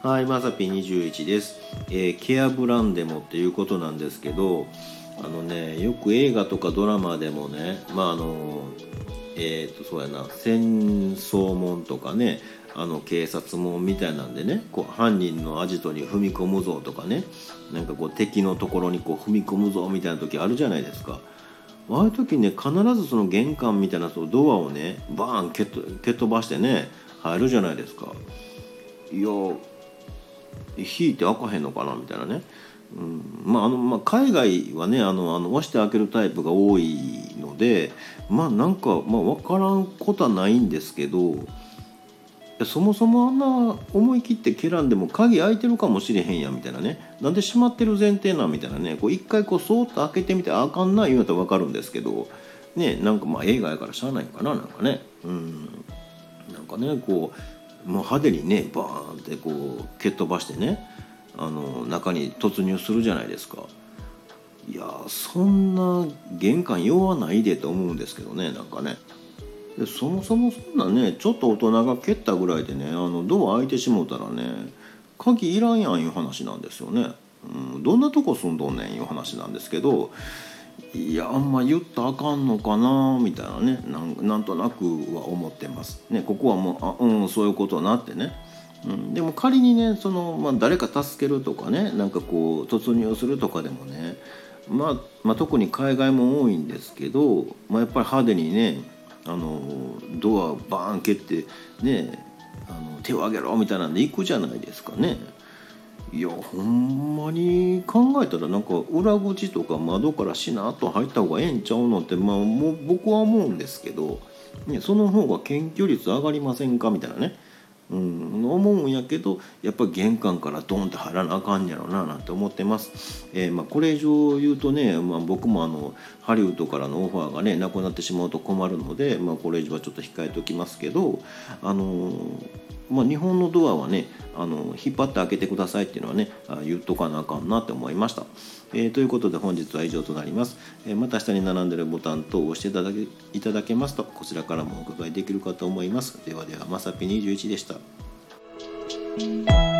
はい、まさぴ21です。ケアブランデモっていうことなんですけど、よく映画とかドラマでもね、そうやな、戦争もんとかね、警察もんみたいなんでね、こう犯人のアジトに踏み込むぞとかね、なんかこう敵のところにこう踏み込むぞみたいな時あるじゃないですか。ああいう時ね、必ずその玄関みたいなドアをね、バーン蹴っ飛ばしてね、入るじゃないですか。いや、引いて開かへんのかなみたいなね。海外はね押して開けるタイプが多いので分からんことはないんですけど、そもそもあんな思い切って蹴らんでも鍵開いてるかもしれへんやみたいなね、なんで閉まってる前提なんみたいなね、こう一回こうそーっと開けてみてあかんない言うたら分かるんですけどね、なんか映画やからしゃあないかな、なんかね、なんかねこうもう派手にねバーンってこう蹴っ飛ばしてね、中に突入するじゃないですか。いやそんな玄関用はないでと思うんですけどね、なんかね。でそもそもそんなね、ちょっと大人が蹴ったぐらいでねドア開いてしもうたらね、鍵いらんやんいう話なんですよね。どんなとこ住んどんねんいう話なんですけど、いやあんま言ったらあかんのかなみたいなね、なんとなくは思ってますね。ここはもうそういうことなってね。でも仮にね誰か助けるとかね、なんかこう突入するとかでもね、特に海外も多いんですけど、やっぱり派手にねドアバーン蹴ってね手を挙げろみたいなんで行くじゃないですかね。いやほんまに考えたらなんか裏口とか窓からしなっと入った方がええんちゃうのって、もう僕は思うんですけど、その方が検挙率上がりませんかみたいなね、思うんやけど、やっぱり玄関からドンって入らなあかんやろななんて思ってます。これ以上言うとね、僕もハリウッドからのオファーがねなくなってしまうと困るので、これ以上はちょっと控えておきますけど、日本のドアはね引っ張って開けてくださいっていうのはね言っとかなあかんなって思いました。ということで本日は以上となります。また下に並んでいるボタン等を押していただけますとこちらからもお伺いできるかと思います。ではではまさぴ21でした。